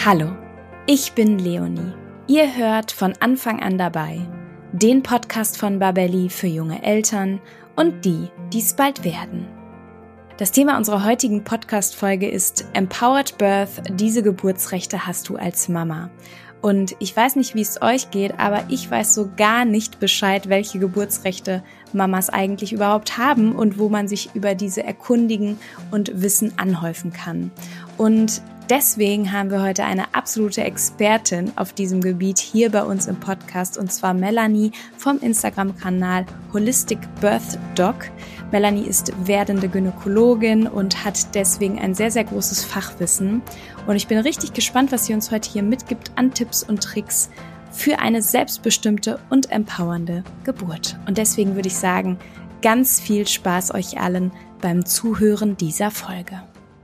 Hallo, ich bin Leonie. Ihr hört von Anfang an dabei den Podcast von Babelli für junge Eltern und die, die es bald werden. Das Thema unserer heutigen Podcast-Folge ist Empowered Birth, diese Geburtsrechte hast du als Mama. Und ich weiß nicht, wie es euch geht, aber ich weiß so gar nicht Bescheid, welche Geburtsrechte Mamas eigentlich überhaupt haben und wo man sich über diese erkundigen und Wissen anhäufen kann. Und deswegen haben wir heute eine absolute Expertin auf diesem Gebiet hier bei uns im Podcast, und zwar Melanie vom Instagram-Kanal Holistic Birth Doc. Melanie ist werdende Gynäkologin und hat deswegen ein sehr, sehr großes Fachwissen. Und ich bin richtig gespannt, was sie uns heute hier mitgibt an Tipps und Tricks für eine selbstbestimmte und empowernde Geburt. Und deswegen würde ich sagen, ganz viel Spaß euch allen beim Zuhören dieser Folge.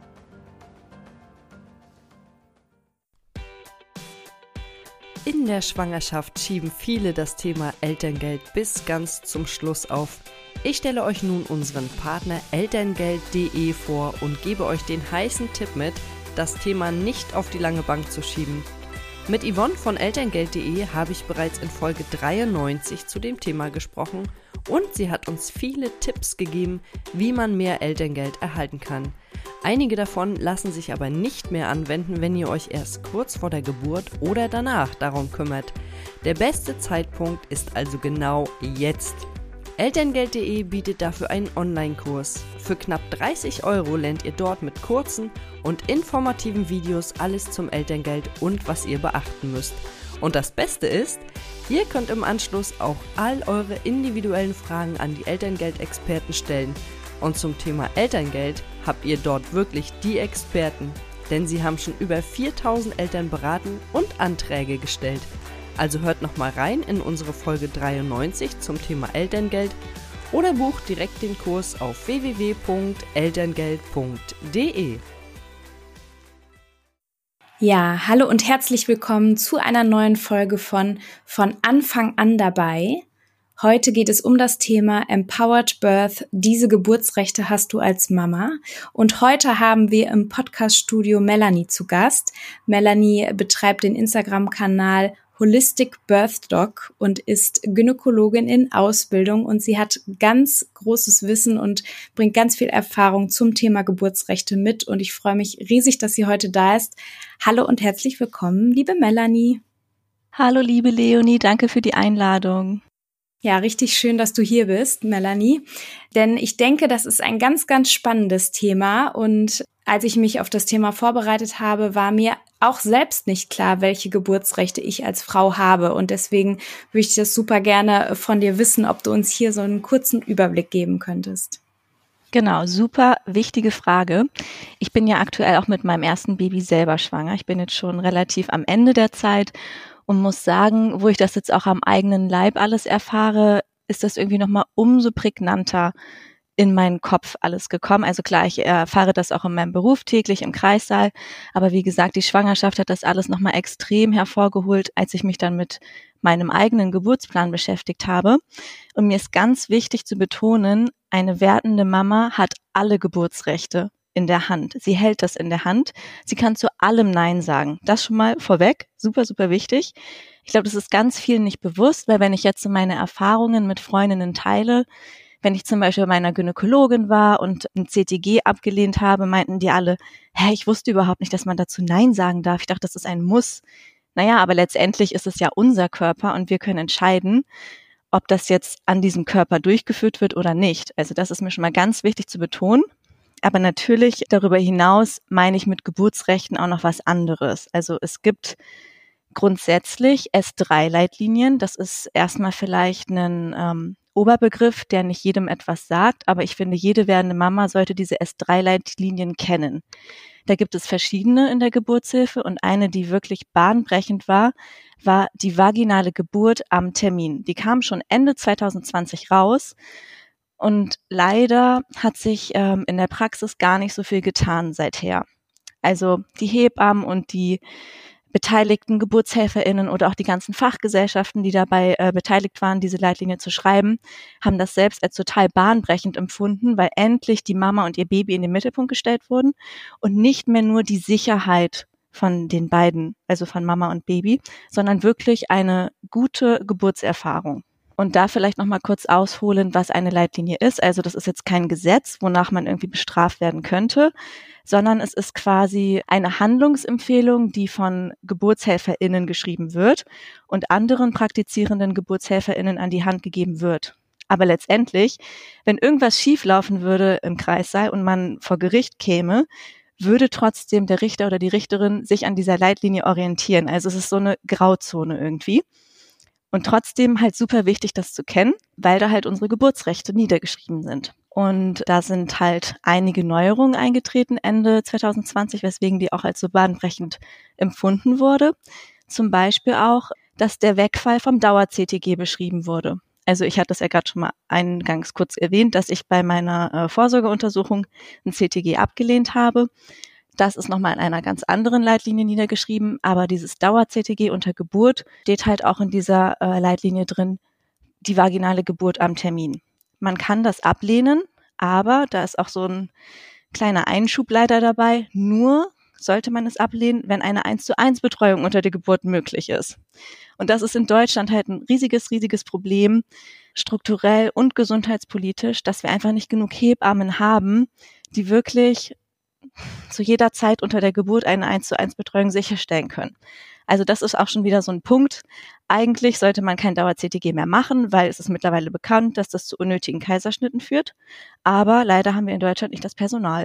In der Schwangerschaft schieben viele das Thema Elterngeld bis ganz zum Schluss auf. Ich stelle euch nun unseren Partner elterngeld.de vor und gebe euch den heißen Tipp mit, das Thema nicht auf die lange Bank zu schieben. Mit Yvonne von elterngeld.de habe ich bereits in Folge 93 zu dem Thema gesprochen und sie hat uns viele Tipps gegeben, wie man mehr Elterngeld erhalten kann. Einige davon lassen sich aber nicht mehr anwenden, wenn ihr euch erst kurz vor der Geburt oder danach darum kümmert. Der beste Zeitpunkt ist also genau jetzt. Elterngeld.de bietet dafür einen Online-Kurs. Für knapp 30 € lernt ihr dort mit kurzen und informativen Videos alles zum Elterngeld und was ihr beachten müsst. Und das Beste ist, ihr könnt im Anschluss auch all eure individuellen Fragen an die Elterngeld-Experten stellen. Und zum Thema Elterngeld habt ihr dort wirklich die Experten, denn sie haben schon über 4000 Eltern beraten und Anträge gestellt. Also hört nochmal rein in unsere Folge 93 zum Thema Elterngeld oder bucht direkt den Kurs auf www.elterngeld.de. Ja, hallo und herzlich willkommen zu einer neuen Folge von Anfang an dabei. Heute geht es um das Thema Empowered Birth, diese Geburtsrechte hast du als Mama. Und heute haben wir im Podcast-Studio Melanie zu Gast. Melanie betreibt den Instagram-Kanal Holistic Birth Doc und ist Gynäkologin in Ausbildung, und sie hat ganz großes Wissen und bringt ganz viel Erfahrung zum Thema Geburtsrechte mit, und ich freue mich riesig, dass sie heute da ist. Hallo und herzlich willkommen, liebe Melanie. Hallo liebe Leonie, danke für die Einladung. Ja, richtig schön, dass du hier bist, Melanie, denn ich denke, das ist ein ganz, ganz spannendes Thema, und als ich mich auf das Thema vorbereitet habe, war mir auch selbst nicht klar, welche Geburtsrechte ich als Frau habe, und deswegen würde ich das super gerne von dir wissen, ob du uns hier so einen kurzen Überblick geben könntest. Genau, super wichtige Frage. Ich bin ja aktuell auch mit meinem ersten Baby selber schwanger. Ich bin jetzt schon relativ am Ende der Zeit und muss sagen, wo ich das jetzt auch am eigenen Leib alles erfahre, ist das irgendwie nochmal umso prägnanter in meinen Kopf alles gekommen. Also klar, ich erfahre das auch in meinem Beruf täglich im Kreissaal, aber wie gesagt, die Schwangerschaft hat das alles nochmal extrem hervorgeholt, als ich mich dann mit meinem eigenen Geburtsplan beschäftigt habe. Und mir ist ganz wichtig zu betonen, eine werdende Mama hat alle Geburtsrechte in der Hand. Sie hält das in der Hand. Sie kann zu allem Nein sagen. Das schon mal vorweg. Super, super wichtig. Ich glaube, das ist ganz vielen nicht bewusst, weil wenn ich jetzt so meine Erfahrungen mit Freundinnen teile, wenn ich zum Beispiel bei meiner Gynäkologin war und ein CTG abgelehnt habe, meinten die alle, ich wusste überhaupt nicht, dass man dazu Nein sagen darf. Ich dachte, das ist ein Muss. Naja, aber letztendlich ist es ja unser Körper und wir können entscheiden, ob das jetzt an diesem Körper durchgeführt wird oder nicht. Also das ist mir schon mal ganz wichtig zu betonen. Aber natürlich darüber hinaus meine ich mit Geburtsrechten auch noch was anderes. Also es gibt grundsätzlich S3-Leitlinien. Das ist erstmal vielleicht ein Oberbegriff, der nicht jedem etwas sagt, aber ich finde, jede werdende Mama sollte diese S3-Leitlinien kennen. Da gibt es verschiedene in der Geburtshilfe, und eine, die wirklich bahnbrechend war die vaginale Geburt am Termin. Die kam schon Ende 2020 raus. Und leider hat sich in der Praxis gar nicht so viel getan seither. Also die Hebammen und die beteiligten GeburtshelferInnen oder auch die ganzen Fachgesellschaften, die dabei beteiligt waren, diese Leitlinie zu schreiben, haben das selbst als total bahnbrechend empfunden, weil endlich die Mama und ihr Baby in den Mittelpunkt gestellt wurden und nicht mehr nur die Sicherheit von den beiden, also von Mama und Baby, sondern wirklich eine gute Geburtserfahrung. Und da vielleicht nochmal kurz ausholen, was eine Leitlinie ist. Also das ist jetzt kein Gesetz, wonach man irgendwie bestraft werden könnte, sondern es ist quasi eine Handlungsempfehlung, die von GeburtshelferInnen geschrieben wird und anderen praktizierenden GeburtshelferInnen an die Hand gegeben wird. Aber letztendlich, wenn irgendwas schieflaufen würde im Kreissaal und man vor Gericht käme, würde trotzdem der Richter oder die Richterin sich an dieser Leitlinie orientieren. Also es ist so eine Grauzone irgendwie. Und trotzdem halt super wichtig, das zu kennen, weil da halt unsere Geburtsrechte niedergeschrieben sind. Und da sind halt einige Neuerungen eingetreten Ende 2020, weswegen die auch als so bahnbrechend empfunden wurde. Zum Beispiel auch, dass der Wegfall vom Dauer-CTG beschrieben wurde. Also ich hatte das ja gerade schon mal eingangs kurz erwähnt, dass ich bei meiner Vorsorgeuntersuchung ein CTG abgelehnt habe. Das ist nochmal in einer ganz anderen Leitlinie niedergeschrieben, aber dieses Dauer-CTG unter Geburt steht halt auch in dieser Leitlinie drin, die vaginale Geburt am Termin. Man kann das ablehnen, aber da ist auch so ein kleiner Einschub leider dabei, nur sollte man es ablehnen, wenn eine 1:1 Betreuung unter der Geburt möglich ist. Und das ist in Deutschland halt ein riesiges Problem, strukturell und gesundheitspolitisch, dass wir einfach nicht genug Hebammen haben, die wirklich zu jeder Zeit unter der Geburt eine 1:1 Betreuung sicherstellen können. Also das ist auch schon wieder so ein Punkt. Eigentlich sollte man kein Dauer-CTG mehr machen, weil es ist mittlerweile bekannt, dass das zu unnötigen Kaiserschnitten führt. Aber leider haben wir in Deutschland nicht das Personal.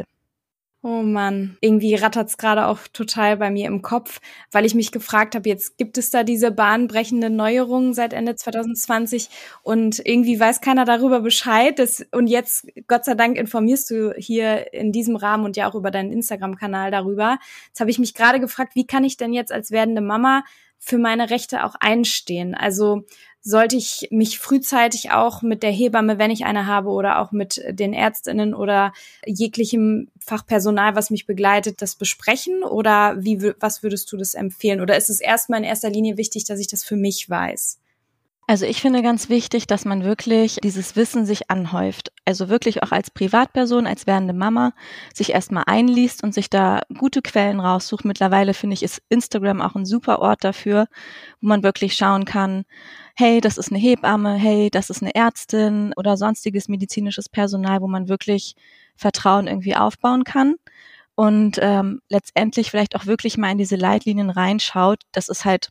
Oh Mann, irgendwie rattert's gerade auch total bei mir im Kopf, weil ich mich gefragt habe, jetzt gibt es da diese bahnbrechende Neuerungen seit Ende 2020 und irgendwie weiß keiner darüber Bescheid. Und jetzt, Gott sei Dank, informierst du hier in diesem Rahmen und ja auch über deinen Instagram-Kanal darüber. Jetzt habe ich mich gerade gefragt, wie kann ich denn jetzt als werdende Mama für meine Rechte auch einstehen? Also sollte ich mich frühzeitig auch mit der Hebamme, wenn ich eine habe, oder auch mit den ÄrztInnen oder jeglichem Fachpersonal, was mich begleitet, das besprechen? Oder was würdest du das empfehlen? Oder ist es erstmal in erster Linie wichtig, dass ich das für mich weiß? Also ich finde ganz wichtig, dass man wirklich dieses Wissen sich anhäuft. Also wirklich auch als Privatperson, als werdende Mama sich erstmal einliest und sich da gute Quellen raussucht. Mittlerweile finde ich, ist Instagram auch ein super Ort dafür, wo man wirklich schauen kann, hey, das ist eine Hebamme, hey, das ist eine Ärztin oder sonstiges medizinisches Personal, wo man wirklich Vertrauen irgendwie aufbauen kann. Und letztendlich vielleicht auch wirklich mal in diese Leitlinien reinschaut. Das ist halt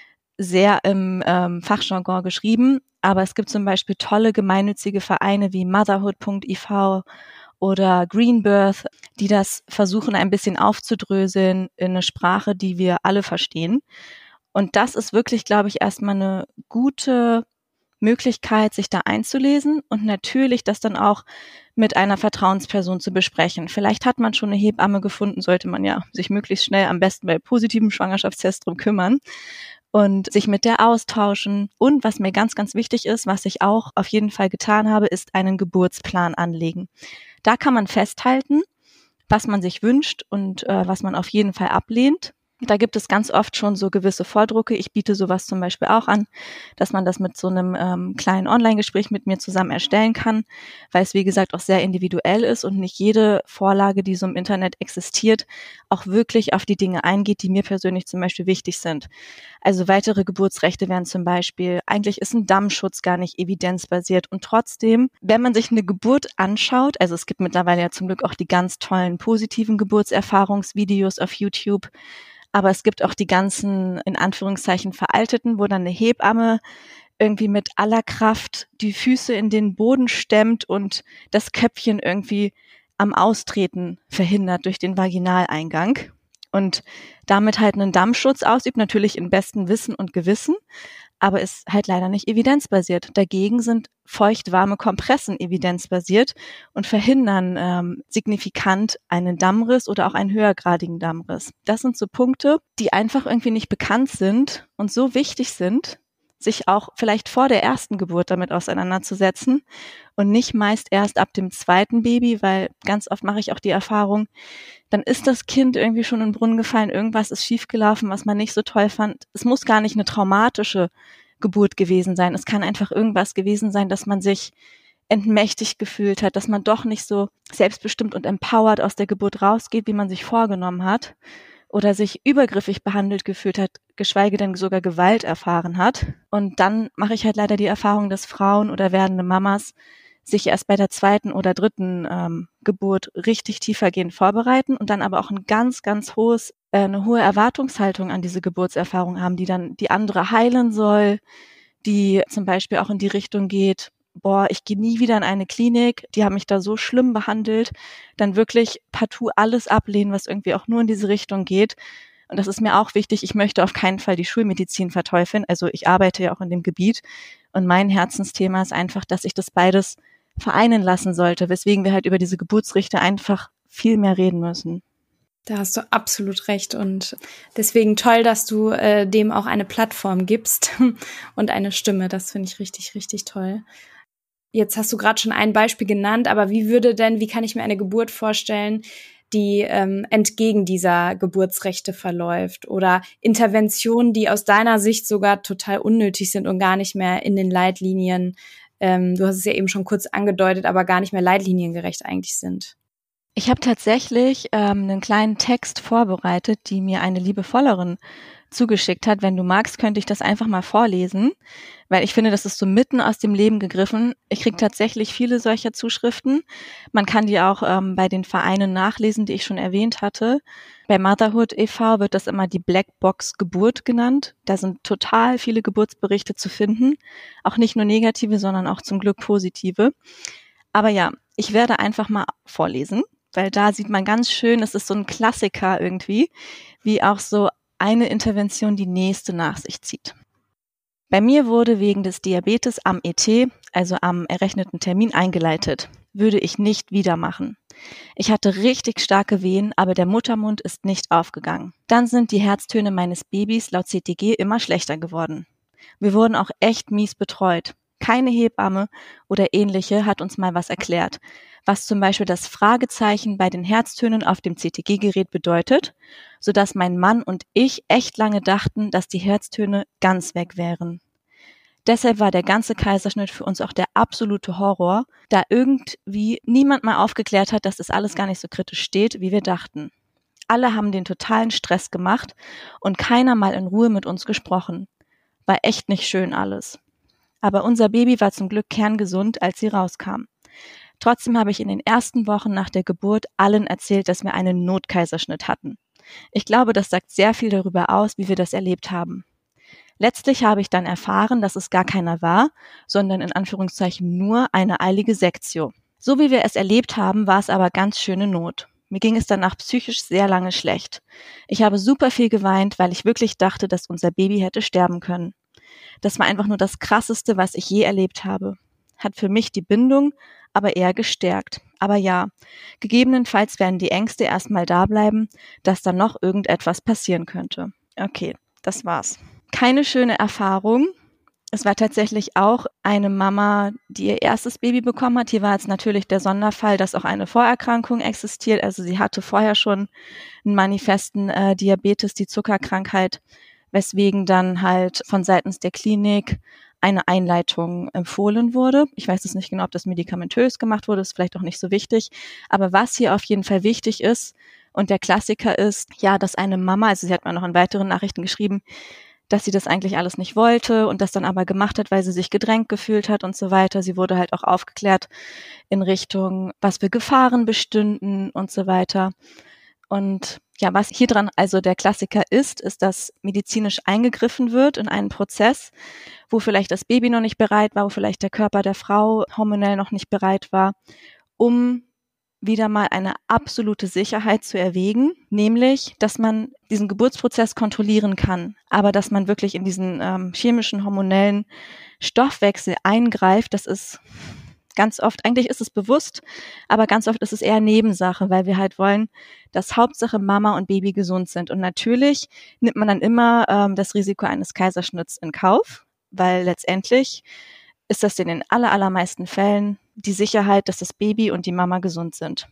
sehr im Fachjargon geschrieben, aber es gibt zum Beispiel tolle gemeinnützige Vereine wie Motherhood.iv oder Greenbirth, die das versuchen ein bisschen aufzudröseln in eine Sprache, die wir alle verstehen. Und das ist wirklich, glaube ich, erstmal eine gute Möglichkeit, sich da einzulesen und natürlich das dann auch mit einer Vertrauensperson zu besprechen. Vielleicht hat man schon eine Hebamme gefunden, sollte man ja sich möglichst schnell am besten bei positivem Schwangerschaftstest drum kümmern und sich mit der austauschen. Und was mir ganz, ganz wichtig ist, was ich auch auf jeden Fall getan habe, ist einen Geburtsplan anlegen. Da kann man festhalten, was man sich wünscht und was man auf jeden Fall ablehnt. Da gibt es ganz oft schon so gewisse Vordrucke. Ich biete sowas zum Beispiel auch an, dass man das mit so einem kleinen Online-Gespräch mit mir zusammen erstellen kann, weil es, wie gesagt, auch sehr individuell ist und nicht jede Vorlage, die so im Internet existiert, auch wirklich auf die Dinge eingeht, die mir persönlich zum Beispiel wichtig sind. Also weitere Geburtsrechte wären zum Beispiel, eigentlich ist ein Dammschutz gar nicht evidenzbasiert und trotzdem, wenn man sich eine Geburt anschaut, also es gibt mittlerweile ja zum Glück auch die ganz tollen positiven Geburtserfahrungsvideos auf YouTube, aber es gibt auch die ganzen, in Anführungszeichen, veralteten, wo dann eine Hebamme irgendwie mit aller Kraft die Füße in den Boden stemmt und das Köpfchen irgendwie am Austreten verhindert durch den Vaginaleingang und damit halt einen Dammschutz ausübt, natürlich im besten Wissen und Gewissen, aber ist halt leider nicht evidenzbasiert. Dagegen sind feuchtwarme Kompressen evidenzbasiert und verhindern signifikant einen Dammriss oder auch einen höhergradigen Dammriss. Das sind so Punkte, die einfach irgendwie nicht bekannt sind und so wichtig sind, sich auch vielleicht vor der ersten Geburt damit auseinanderzusetzen und nicht meist erst ab dem zweiten Baby, weil ganz oft mache ich auch die Erfahrung, dann ist das Kind irgendwie schon in den Brunnen gefallen, irgendwas ist schiefgelaufen, was man nicht so toll fand. Es muss gar nicht eine traumatische Geburt gewesen sein. Es kann einfach irgendwas gewesen sein, dass man sich entmächtigt gefühlt hat, dass man doch nicht so selbstbestimmt und empowered aus der Geburt rausgeht, wie man sich vorgenommen hat. oder sich übergriffig behandelt gefühlt hat, geschweige denn sogar Gewalt erfahren hat. Und dann mache ich halt leider die Erfahrung, dass Frauen oder werdende Mamas sich erst bei der 2. oder 3. Geburt richtig tiefergehend vorbereiten und dann aber auch eine hohe Erwartungshaltung an diese Geburtserfahrung haben, die dann die andere heilen soll, die zum Beispiel auch in die Richtung geht, ich gehe nie wieder in eine Klinik, die haben mich da so schlimm behandelt, dann wirklich partout alles ablehnen, was irgendwie auch nur in diese Richtung geht. Und das ist mir auch wichtig, ich möchte auf keinen Fall die Schulmedizin verteufeln, also ich arbeite ja auch in dem Gebiet und mein Herzensthema ist einfach, dass ich das beides vereinen lassen sollte, weswegen wir halt über diese Geburtsrichter einfach viel mehr reden müssen. Da hast du absolut recht und deswegen toll, dass du dem auch eine Plattform gibst und eine Stimme. Das finde ich richtig, richtig toll. Jetzt hast du gerade schon ein Beispiel genannt, aber wie kann ich mir eine Geburt vorstellen, die entgegen dieser Geburtsrechte verläuft oder Interventionen, die aus deiner Sicht sogar total unnötig sind und gar nicht mehr in den Leitlinien, du hast es ja eben schon kurz angedeutet, aber gar nicht mehr leitliniengerecht eigentlich sind? Ich habe tatsächlich einen kleinen Text vorbereitet, die mir eine liebevollerin zugeschickt hat. Wenn du magst, könnte ich das einfach mal vorlesen, weil ich finde, das ist so mitten aus dem Leben gegriffen. Ich kriege tatsächlich viele solcher Zuschriften. Man kann die auch bei den Vereinen nachlesen, die ich schon erwähnt hatte. Bei Motherhood e.V. wird das immer die Blackbox Geburt genannt. Da sind total viele Geburtsberichte zu finden. Auch nicht nur negative, sondern auch zum Glück positive. Aber ja, ich werde einfach mal vorlesen, weil da sieht man ganz schön, es ist so ein Klassiker irgendwie, wie auch so eine Intervention die nächste nach sich zieht. Bei mir wurde wegen des Diabetes am ET, also am errechneten Termin, eingeleitet. Würde ich nicht wieder machen. Ich hatte richtig starke Wehen, aber der Muttermund ist nicht aufgegangen. Dann sind die Herztöne meines Babys laut CTG immer schlechter geworden. Wir wurden auch echt mies betreut. Keine Hebamme oder ähnliche hat uns mal was erklärt, was zum Beispiel das Fragezeichen bei den Herztönen auf dem CTG-Gerät bedeutet, sodass mein Mann und ich echt lange dachten, dass die Herztöne ganz weg wären. Deshalb war der ganze Kaiserschnitt für uns auch der absolute Horror, da irgendwie niemand mal aufgeklärt hat, dass das alles gar nicht so kritisch steht, wie wir dachten. Alle haben den totalen Stress gemacht und keiner mal in Ruhe mit uns gesprochen. War echt nicht schön alles. Aber unser Baby war zum Glück kerngesund, als sie rauskam. Trotzdem habe ich in den ersten Wochen nach der Geburt allen erzählt, dass wir einen Notkaiserschnitt hatten. Ich glaube, das sagt sehr viel darüber aus, wie wir das erlebt haben. Letztlich habe ich dann erfahren, dass es gar keiner war, sondern in Anführungszeichen nur eine eilige Sektio. So wie wir es erlebt haben, war es aber ganz schöne Not. Mir ging es danach psychisch sehr lange schlecht. Ich habe super viel geweint, weil ich wirklich dachte, dass unser Baby hätte sterben können. Das war einfach nur das Krasseste, was ich je erlebt habe. Hat für mich die Bindung aber eher gestärkt. Aber ja, gegebenenfalls werden die Ängste erstmal da bleiben, dass dann noch irgendetwas passieren könnte. Okay, das war's. Keine schöne Erfahrung. Es war tatsächlich auch eine Mama, die ihr erstes Baby bekommen hat. Hier war jetzt natürlich der Sonderfall, dass auch eine Vorerkrankung existiert. Also sie hatte vorher schon einen manifesten Diabetes, die Zuckerkrankheit, weswegen dann halt von seitens der Klinik eine Einleitung empfohlen wurde. Ich weiß jetzt nicht genau, ob das medikamentös gemacht wurde, ist vielleicht auch nicht so wichtig. Aber was hier auf jeden Fall wichtig ist und der Klassiker ist, ja, dass eine Mama, also sie hat mir noch in weiteren Nachrichten geschrieben, dass sie das eigentlich alles nicht wollte und das dann aber gemacht hat, weil sie sich gedrängt gefühlt hat und so weiter. Sie wurde halt auch aufgeklärt in Richtung, was für Gefahren bestünden und so weiter. Und ja, was hier dran also der Klassiker ist, dass medizinisch eingegriffen wird in einen Prozess, wo vielleicht das Baby noch nicht bereit war, wo vielleicht der Körper der Frau hormonell noch nicht bereit war, um wieder mal eine absolute Sicherheit zu erwägen, nämlich, dass man diesen Geburtsprozess kontrollieren kann, aber dass man wirklich in diesen chemischen, hormonellen Stoffwechsel eingreift, das ist ganz oft, eigentlich ist es bewusst, aber ganz oft ist es eher Nebensache, weil wir halt wollen, dass Hauptsache Mama und Baby gesund sind. Und natürlich nimmt man dann immer das Risiko eines Kaiserschnitts in Kauf, weil letztendlich ist das in den allermeisten Fällen die Sicherheit, dass das Baby und die Mama gesund sind.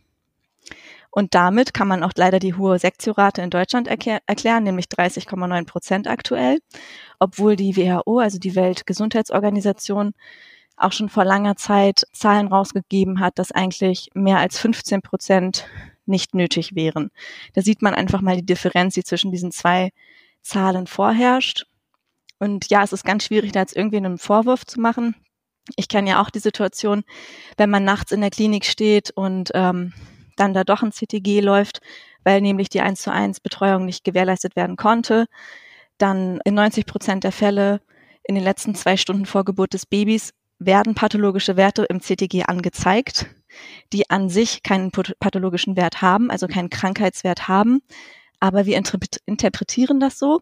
Und damit kann man auch leider die hohe Sektiorate in Deutschland erklären, nämlich 30,9% aktuell, obwohl die WHO, also die Weltgesundheitsorganisation, auch schon vor langer Zeit Zahlen rausgegeben hat, dass eigentlich mehr als 15% nicht nötig wären. Da sieht man einfach mal die Differenz, die zwischen diesen zwei Zahlen vorherrscht. Und ja, es ist ganz schwierig, da jetzt irgendwie einen Vorwurf zu machen. Ich kenne ja auch die Situation, wenn man nachts in der Klinik steht und dann da doch ein CTG läuft, weil nämlich die 1:1 Betreuung nicht gewährleistet werden konnte, dann in 90% der Fälle in den letzten 2 Stunden vor Geburt des Babys werden pathologische Werte im CTG angezeigt, die an sich keinen pathologischen Wert haben, also keinen Krankheitswert haben, aber wir interpretieren das so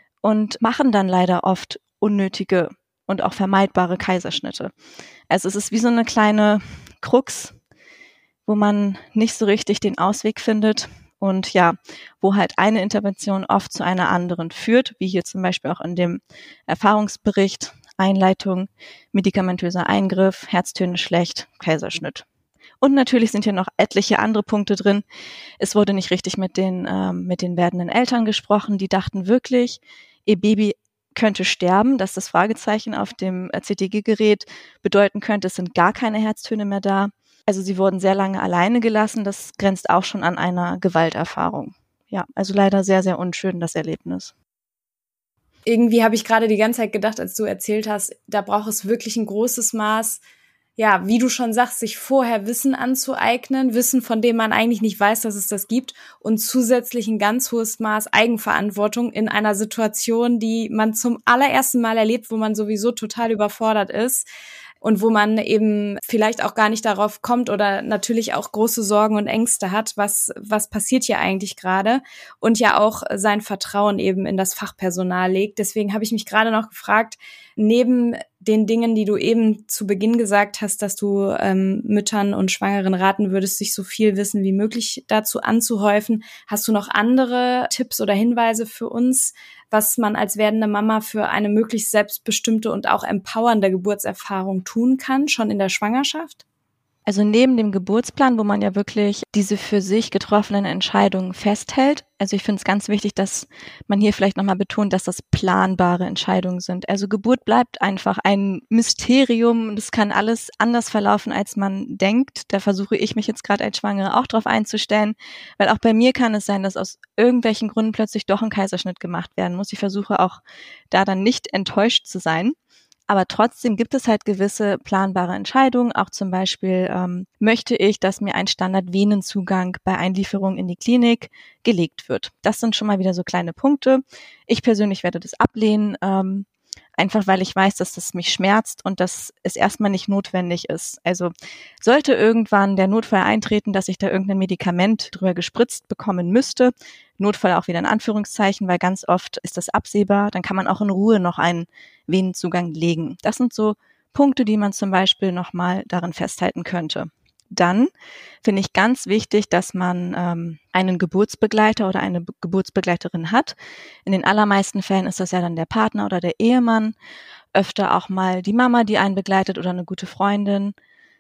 und machen dann leider oft unnötige und auch vermeidbare Kaiserschnitte. Also es ist wie so eine kleine Krux, wo man nicht so richtig den Ausweg findet und ja, wo halt eine Intervention oft zu einer anderen führt, wie hier zum Beispiel auch in dem Erfahrungsbericht, Einleitung, medikamentöser Eingriff, Herztöne schlecht, Kaiserschnitt. Und natürlich sind hier noch etliche andere Punkte drin. Es wurde nicht richtig mit den werdenden Eltern gesprochen. Die dachten wirklich, ihr Baby könnte sterben, dass das Fragezeichen auf dem CTG-Gerät bedeuten könnte, es sind gar keine Herztöne mehr da. Also sie wurden sehr lange alleine gelassen. Das grenzt auch schon an einer Gewalterfahrung. Ja, also leider sehr, sehr unschön, das Erlebnis. Irgendwie habe ich gerade die ganze Zeit gedacht, als du erzählt hast, da braucht es wirklich ein großes Maß, ja, wie du schon sagst, sich vorher Wissen anzueignen, Wissen, von dem man eigentlich nicht weiß, dass es das gibt, und zusätzlich ein ganz hohes Maß Eigenverantwortung in einer Situation, die man zum allerersten Mal erlebt, wo man sowieso total überfordert ist. Und wo man eben vielleicht auch gar nicht darauf kommt oder natürlich auch große Sorgen und Ängste hat, was passiert hier eigentlich gerade, und ja auch sein Vertrauen eben in das Fachpersonal legt. Deswegen habe ich mich gerade noch gefragt, neben den Dingen, die du eben zu Beginn gesagt hast, dass du Müttern und Schwangeren raten würdest, sich so viel Wissen wie möglich dazu anzuhäufen, hast du noch andere Tipps oder Hinweise für uns, was man als werdende Mama für eine möglichst selbstbestimmte und auch empowernde Geburtserfahrung tun kann, schon in der Schwangerschaft? Also neben dem Geburtsplan, wo man ja wirklich diese für sich getroffenen Entscheidungen festhält, also ich finde es ganz wichtig, dass man hier vielleicht nochmal betont, dass das planbare Entscheidungen sind. Also Geburt bleibt einfach ein Mysterium und es kann alles anders verlaufen, als man denkt. Da versuche ich mich jetzt gerade als Schwangere auch drauf einzustellen, weil auch bei mir kann es sein, dass aus irgendwelchen Gründen plötzlich doch ein Kaiserschnitt gemacht werden muss. Ich versuche auch da dann nicht enttäuscht zu sein. Aber trotzdem gibt es halt gewisse planbare Entscheidungen. Auch zum Beispiel möchte ich, dass mir ein Standardvenenzugang bei Einlieferung in die Klinik gelegt wird. Das sind schon mal wieder so kleine Punkte. Ich persönlich werde das ablehnen, einfach weil ich weiß, dass das mich schmerzt und dass es erstmal nicht notwendig ist. Also sollte irgendwann der Notfall eintreten, dass ich da irgendein Medikament drüber gespritzt bekommen müsste, Notfall auch wieder in Anführungszeichen, weil ganz oft ist das absehbar, dann kann man auch in Ruhe noch einen Venenzugang legen. Das sind so Punkte, die man zum Beispiel nochmal darin festhalten könnte. Dann finde ich ganz wichtig, dass man einen Geburtsbegleiter oder eine Geburtsbegleiterin hat. In den allermeisten Fällen ist das ja dann der Partner oder der Ehemann, öfter auch mal die Mama, die einen begleitet, oder eine gute Freundin.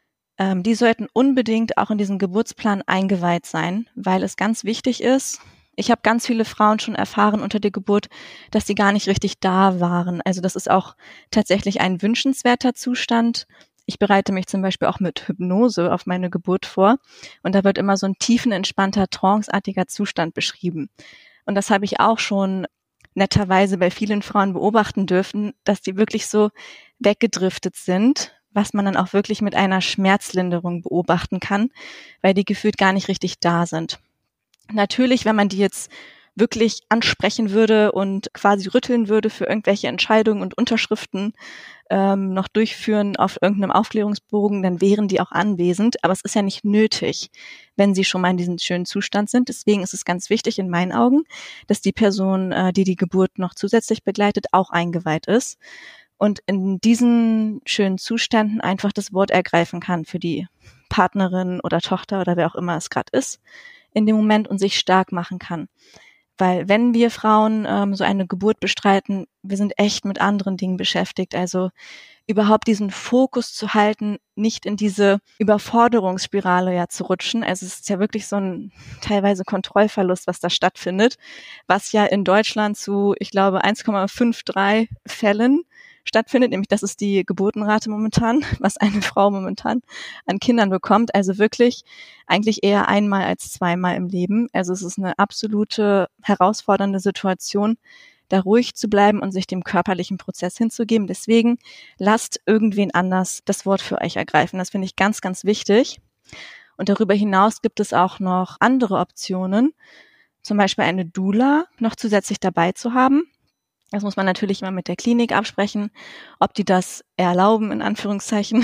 Die sollten unbedingt auch in diesen Geburtsplan eingeweiht sein, weil es ganz wichtig ist. Ich habe ganz viele Frauen schon erfahren unter der Geburt, dass sie gar nicht richtig da waren. Also das ist auch tatsächlich ein wünschenswerter Zustand. Ich bereite mich zum Beispiel auch mit Hypnose auf meine Geburt vor und da wird immer so ein tiefenentspannter, tranceartiger Zustand beschrieben. Und das habe ich auch schon netterweise bei vielen Frauen beobachten dürfen, dass die wirklich so weggedriftet sind, was man dann auch wirklich mit einer Schmerzlinderung beobachten kann, weil die gefühlt gar nicht richtig da sind. Natürlich, wenn man die jetzt wirklich ansprechen würde und quasi rütteln würde für irgendwelche Entscheidungen und Unterschriften noch durchführen auf irgendeinem Aufklärungsbogen, dann wären die auch anwesend. Aber es ist ja nicht nötig, wenn sie schon mal in diesem schönen Zustand sind. Deswegen ist es ganz wichtig in meinen Augen, dass die Person, die die Geburt noch zusätzlich begleitet, auch eingeweiht ist und in diesen schönen Zuständen einfach das Wort ergreifen kann für die Partnerin oder Tochter oder wer auch immer es gerade ist in dem Moment und sich stark machen kann. Weil wenn wir Frauen so eine Geburt bestreiten, wir sind echt mit anderen Dingen beschäftigt. Also überhaupt diesen Fokus zu halten, nicht in diese Überforderungsspirale ja zu rutschen. Also es ist ja wirklich so ein teilweise Kontrollverlust, was da stattfindet, was ja in Deutschland zu, ich glaube, 1,53 Fällen stattfindet, nämlich das ist die Geburtenrate momentan, was eine Frau momentan an Kindern bekommt. Also wirklich eigentlich eher einmal als zweimal im Leben. Also es ist eine absolute herausfordernde Situation, da ruhig zu bleiben und sich dem körperlichen Prozess hinzugeben. Deswegen lasst irgendwen anders das Wort für euch ergreifen. Das finde ich ganz, ganz wichtig. Und darüber hinaus gibt es auch noch andere Optionen, zum Beispiel eine Doula noch zusätzlich dabei zu haben. Das muss man natürlich immer mit der Klinik absprechen, ob die das erlauben, in Anführungszeichen.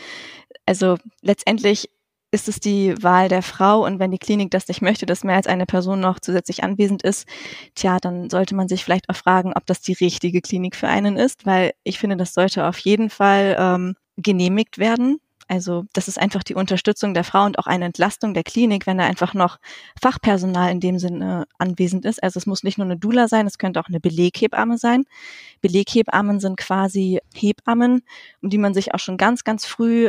Also letztendlich ist es die Wahl der Frau, und wenn die Klinik das nicht möchte, dass mehr als eine Person noch zusätzlich anwesend ist, dann sollte man sich vielleicht auch fragen, ob das die richtige Klinik für einen ist, weil ich finde, das sollte auf jeden Fall genehmigt werden. Also das ist einfach die Unterstützung der Frau und auch eine Entlastung der Klinik, wenn da einfach noch Fachpersonal in dem Sinne anwesend ist. Also es muss nicht nur eine Doula sein, es könnte auch eine Beleghebamme sein. Beleghebammen sind quasi Hebammen, um die man sich auch schon ganz, ganz früh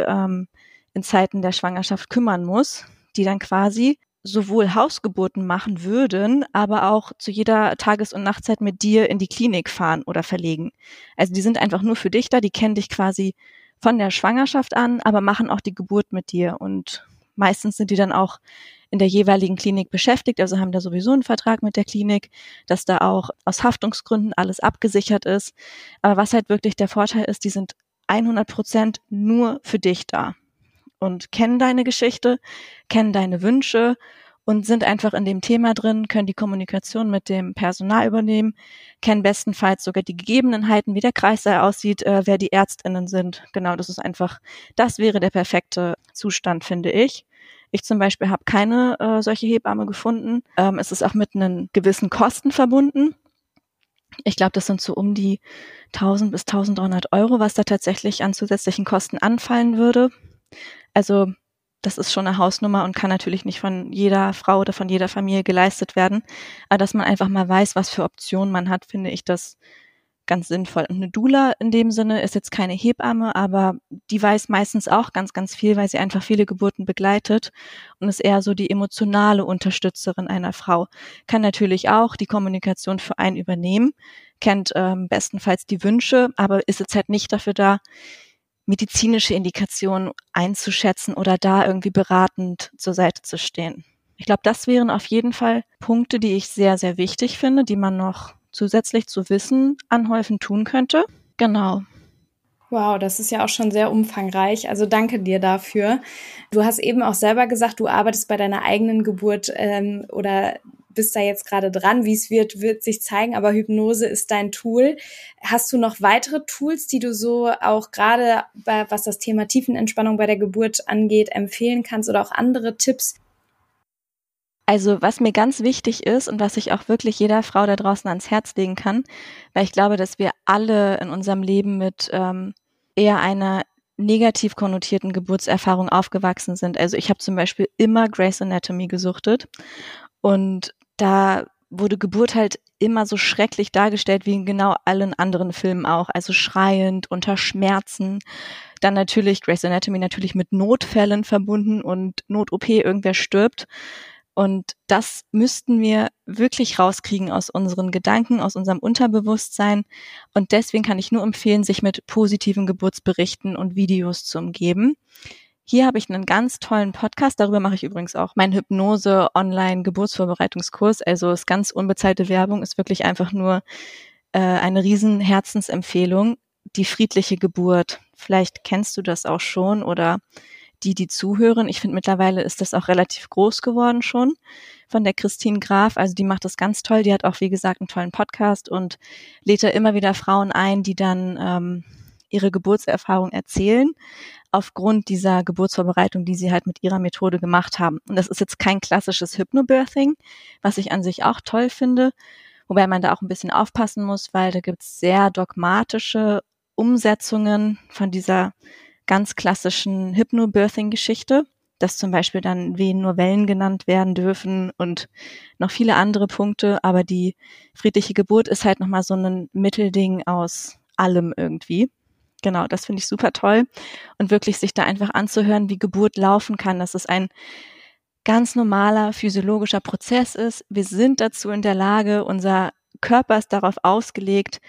in Zeiten der Schwangerschaft kümmern muss, die dann quasi sowohl Hausgeburten machen würden, aber auch zu jeder Tages- und Nachtzeit mit dir in die Klinik fahren oder verlegen. Also die sind einfach nur für dich da, die kennen dich quasi von der Schwangerschaft an, aber machen auch die Geburt mit dir. Und meistens sind die dann auch in der jeweiligen Klinik beschäftigt, also haben da sowieso einen Vertrag mit der Klinik, dass da auch aus Haftungsgründen alles abgesichert ist. Aber was halt wirklich der Vorteil ist, die sind 100% nur für dich da und kennen deine Geschichte, kennen deine Wünsche und sind einfach in dem Thema drin, können die Kommunikation mit dem Personal übernehmen, kennen bestenfalls sogar die Gegebenheiten, wie der Kreissaal aussieht, wer die ÄrztInnen sind. Genau, das wäre der perfekte Zustand, finde ich. Ich zum Beispiel habe keine solche Hebamme gefunden. Es ist auch mit einen gewissen Kosten verbunden. Ich glaube, das sind so um die 1.000 bis 1.300 Euro, was da tatsächlich an zusätzlichen Kosten anfallen würde. Also das ist schon eine Hausnummer und kann natürlich nicht von jeder Frau oder von jeder Familie geleistet werden. Aber dass man einfach mal weiß, was für Optionen man hat, finde ich das ganz sinnvoll. Und eine Doula in dem Sinne ist jetzt keine Hebamme, aber die weiß meistens auch ganz, ganz viel, weil sie einfach viele Geburten begleitet und ist eher so die emotionale Unterstützerin einer Frau. Kann natürlich auch die Kommunikation für einen übernehmen, kennt bestenfalls die Wünsche, aber ist jetzt halt nicht dafür da, medizinische Indikationen einzuschätzen oder da irgendwie beratend zur Seite zu stehen. Ich glaube, das wären auf jeden Fall Punkte, die ich sehr, sehr wichtig finde, die man noch zusätzlich zu Wissen anhäufen tun könnte. Genau. Wow, das ist ja auch schon sehr umfangreich. Also danke dir dafür. Du hast eben auch selber gesagt, du arbeitest bei deiner eigenen Geburt oder bist da jetzt gerade dran. Wie es wird sich zeigen, aber Hypnose ist dein Tool. Hast du noch weitere Tools, die du so auch gerade, was das Thema Tiefenentspannung bei der Geburt angeht, empfehlen kannst oder auch andere Tipps? Also was mir ganz wichtig ist und was ich auch wirklich jeder Frau da draußen ans Herz legen kann, weil ich glaube, dass wir alle in unserem Leben mit eher einer negativ konnotierten Geburtserfahrung aufgewachsen sind. Also ich habe zum Beispiel immer Grey's Anatomy gesuchtet und da wurde Geburt halt immer so schrecklich dargestellt wie in genau allen anderen Filmen auch, also schreiend, unter Schmerzen. Dann natürlich Grey's Anatomy natürlich mit Notfällen verbunden und Not-OP, irgendwer stirbt. Und das müssten wir wirklich rauskriegen aus unseren Gedanken, aus unserem Unterbewusstsein. Und deswegen kann ich nur empfehlen, sich mit positiven Geburtsberichten und Videos zu umgeben. Hier habe ich einen ganz tollen Podcast, darüber mache ich übrigens auch meinen Hypnose-Online-Geburtsvorbereitungskurs. Also ist ganz unbezahlte Werbung, ist wirklich einfach nur eine riesen Herzensempfehlung. Die friedliche Geburt. Vielleicht kennst du das auch schon oder die zuhören. Ich finde, mittlerweile ist das auch relativ groß geworden schon von der Christine Graf. Also die macht das ganz toll. Die hat auch, wie gesagt, einen tollen Podcast und lädt da immer wieder Frauen ein, die dann ihre Geburtserfahrung erzählen aufgrund dieser Geburtsvorbereitung, die sie halt mit ihrer Methode gemacht haben. Und das ist jetzt kein klassisches Hypnobirthing, was ich an sich auch toll finde, wobei man da auch ein bisschen aufpassen muss, weil da gibt es sehr dogmatische Umsetzungen von dieser ganz klassischen Hypnobirthing-Geschichte, dass zum Beispiel dann Wehen nur Wellen genannt werden dürfen und noch viele andere Punkte, aber die friedliche Geburt ist halt nochmal so ein Mittelding aus allem irgendwie. Genau, das finde ich super toll und wirklich sich da einfach anzuhören, wie Geburt laufen kann, dass es ein ganz normaler physiologischer Prozess ist. Wir sind dazu in der Lage, unser Körper ist darauf ausgelegt,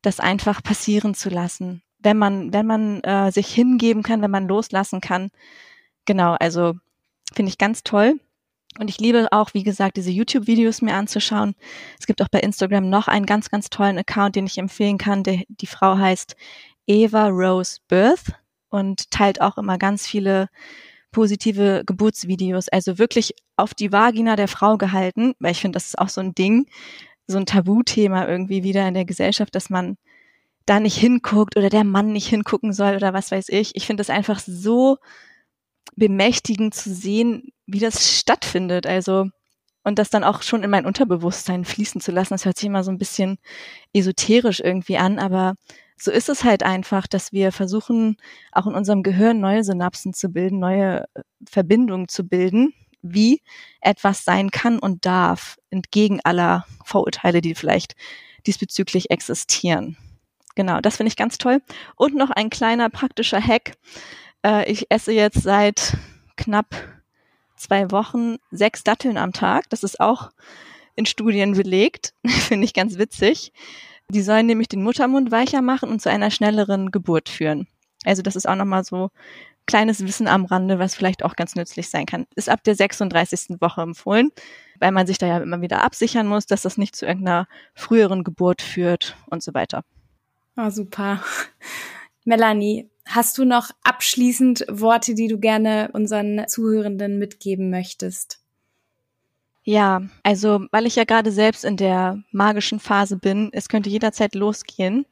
das einfach passieren zu lassen, wenn man sich hingeben kann, wenn man loslassen kann. Genau, also finde ich ganz toll. Und ich liebe auch, wie gesagt, diese YouTube-Videos mir anzuschauen. Es gibt auch bei Instagram noch einen ganz, ganz tollen Account, den ich empfehlen kann. Die Frau heißt Eva Rose Birth und teilt auch immer ganz viele positive Geburtsvideos. Also wirklich auf die Vagina der Frau gehalten, weil ich finde, das ist auch so ein Ding, so ein Tabuthema irgendwie wieder in der Gesellschaft, dass man da nicht hinguckt oder der Mann nicht hingucken soll oder was weiß ich. Ich finde das einfach so bemächtigend zu sehen, wie das stattfindet. Also, und das dann auch schon in mein Unterbewusstsein fließen zu lassen. Das hört sich immer so ein bisschen esoterisch irgendwie an, aber so ist es halt einfach, dass wir versuchen, auch in unserem Gehirn neue Synapsen zu bilden, neue Verbindungen zu bilden, wie etwas sein kann und darf, entgegen aller Vorurteile, die vielleicht diesbezüglich existieren. Genau, das finde ich ganz toll. Und noch ein kleiner praktischer Hack. Ich esse jetzt seit knapp 2 Wochen 6 Datteln am Tag. Das ist auch in Studien belegt. Finde ich ganz witzig. Die sollen nämlich den Muttermund weicher machen und zu einer schnelleren Geburt führen. Also das ist auch nochmal so kleines Wissen am Rande, was vielleicht auch ganz nützlich sein kann. Ist ab der 36. Woche empfohlen, weil man sich da ja immer wieder absichern muss, dass das nicht zu irgendeiner früheren Geburt führt und so weiter. Oh, super. Melanie, hast du noch abschließend Worte, die du gerne unseren Zuhörenden mitgeben möchtest? Ja, also weil ich ja gerade selbst in der magischen Phase bin, es könnte jederzeit losgehen.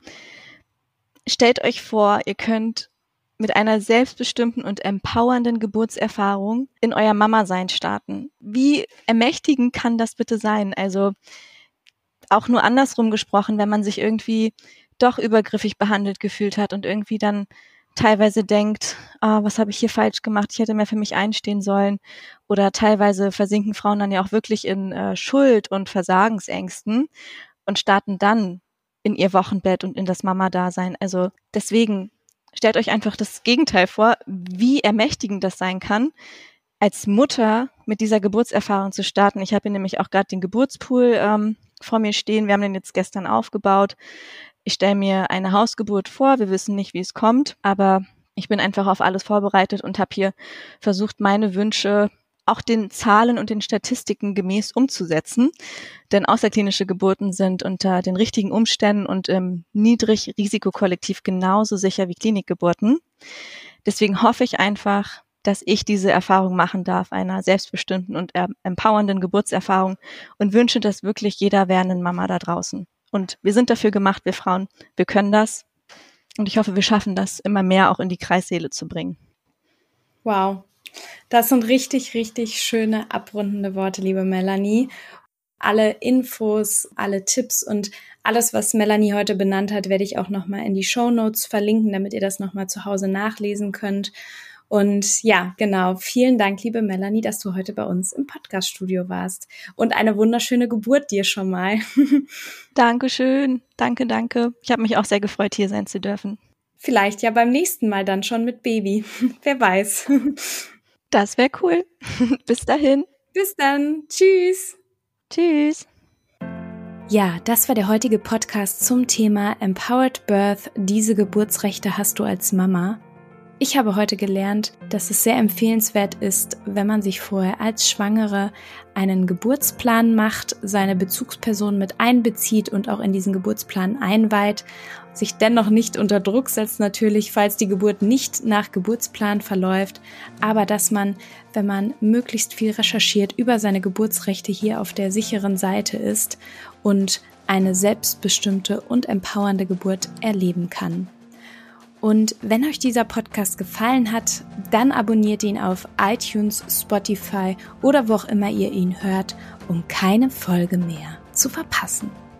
Stellt euch vor, ihr könnt mit einer selbstbestimmten und empowernden Geburtserfahrung in euer Mama-Sein starten. Wie ermächtigend kann das bitte sein? Also auch nur andersrum gesprochen, wenn man sich irgendwie doch übergriffig behandelt gefühlt hat und irgendwie dann teilweise denkt, was habe ich hier falsch gemacht, ich hätte mehr für mich einstehen sollen. Oder teilweise versinken Frauen dann ja auch wirklich in Schuld und Versagensängsten und starten dann in ihr Wochenbett und in das Mama-Dasein. Also deswegen stellt euch einfach das Gegenteil vor, wie ermächtigend das sein kann, als Mutter mit dieser Geburtserfahrung zu starten. Ich habe hier nämlich auch gerade den Geburtspool vor mir stehen. Wir haben den jetzt gestern aufgebaut. Ich stelle mir eine Hausgeburt vor. Wir wissen nicht, wie es kommt, aber ich bin einfach auf alles vorbereitet und habe hier versucht, meine Wünsche auch den Zahlen und den Statistiken gemäß umzusetzen. Denn außerklinische Geburten sind unter den richtigen Umständen und im Niedrigrisikokollektiv genauso sicher wie Klinikgeburten. Deswegen hoffe ich einfach, dass ich diese Erfahrung machen darf, einer selbstbestimmten und empowernden Geburtserfahrung, und wünsche das wirklich jeder werdenden Mama da draußen. Und wir sind dafür gemacht, wir Frauen, wir können das. Und ich hoffe, wir schaffen das immer mehr auch in die Kreissäle zu bringen. Wow, das sind richtig, richtig schöne abrundende Worte, liebe Melanie. Alle Infos, alle Tipps und alles, was Melanie heute benannt hat, werde ich auch nochmal in die Shownotes verlinken, damit ihr das nochmal zu Hause nachlesen könnt. Und ja, genau, vielen Dank, liebe Melanie, dass du heute bei uns im Podcast-Studio warst. Und eine wunderschöne Geburt dir schon mal. Dankeschön, danke. Ich habe mich auch sehr gefreut, hier sein zu dürfen. Vielleicht ja beim nächsten Mal dann schon mit Baby. Wer weiß. Das wäre cool. Bis dahin. Bis dann. Tschüss. Tschüss. Ja, das war der heutige Podcast zum Thema Empowered Birth. Diese Geburtsrechte hast du als Mama. Ich habe heute gelernt, dass es sehr empfehlenswert ist, wenn man sich vorher als Schwangere einen Geburtsplan macht, seine Bezugsperson mit einbezieht und auch in diesen Geburtsplan einweiht, sich dennoch nicht unter Druck setzt natürlich, falls die Geburt nicht nach Geburtsplan verläuft, aber dass man, wenn man möglichst viel recherchiert, über seine Geburtsrechte hier auf der sicheren Seite ist und eine selbstbestimmte und empowernde Geburt erleben kann. Und wenn euch dieser Podcast gefallen hat, dann abonniert ihn auf iTunes, Spotify oder wo auch immer ihr ihn hört, um keine Folge mehr zu verpassen.